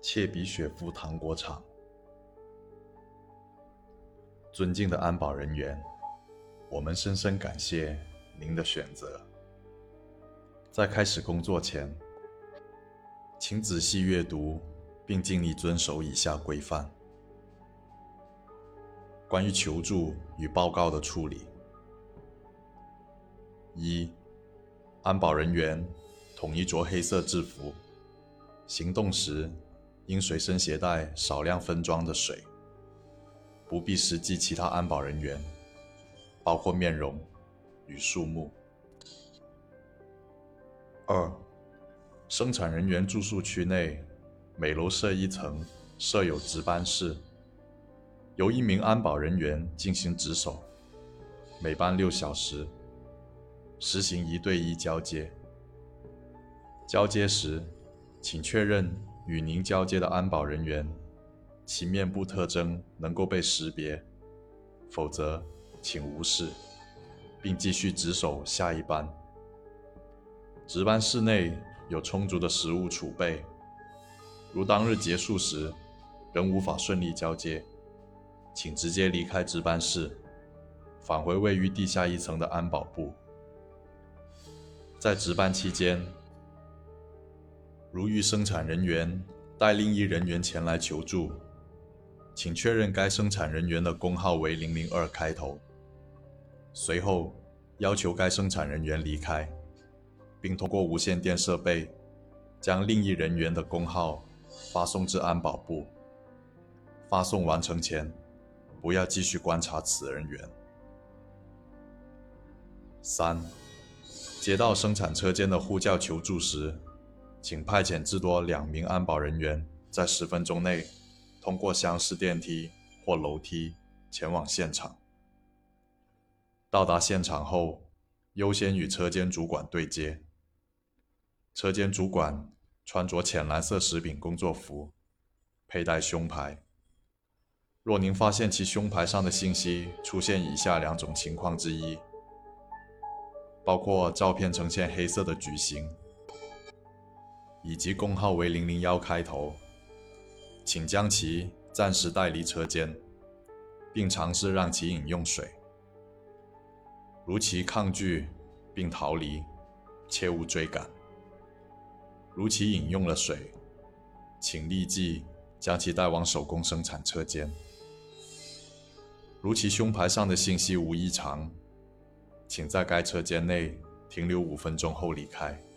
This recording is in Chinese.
切比雪夫糖果厂。尊敬的安保人员，我们深深感谢您的选择。在开始工作前，请仔细阅读并尽力遵守以下规范。关于求助与报告的处理。1. 安保人员统一着黑色制服，行动时应随身携带少量分装的水，不必实际其他安保人员，包括面容与数目。2. 生产人员住宿区内每楼设一层设有值班室，由1名安保人员进行值守，每班6小时，实行1对1交接。交接时，请确认与您交接的安保人员其面部特征能够被识别，否则请无视，并继续值守下一班。值班室内有充足的食物储备，如当日结束时仍无法顺利交接，请直接离开值班室，返回位于地下1层的安保部。在值班期间，如遇生产人员带另一人员前来求助，请确认该生产人员的工号为002开头，随后要求该生产人员离开，并通过无线电设备将另一人员的工号发送至安保部。发送完成前，不要继续观察此人员。3. 接到生产车间的呼叫求助时，请派遣至多2名安保人员在10分钟内通过厢式电梯或楼梯前往现场。到达现场后，优先与车间主管对接。车间主管穿着浅蓝色食品工作服，佩戴胸牌。若您发现其胸牌上的信息出现以下2种情况之一，包括照片呈现黑色的矩形，以及工号为001开头，请将其暂时带离车间，并尝试让其饮用水。如其抗拒并逃离，切勿追赶。如其饮用了水，请立即将其带往手工生产车间。如其胸牌上的信息无异常，请在该车间内停留5分钟后离开。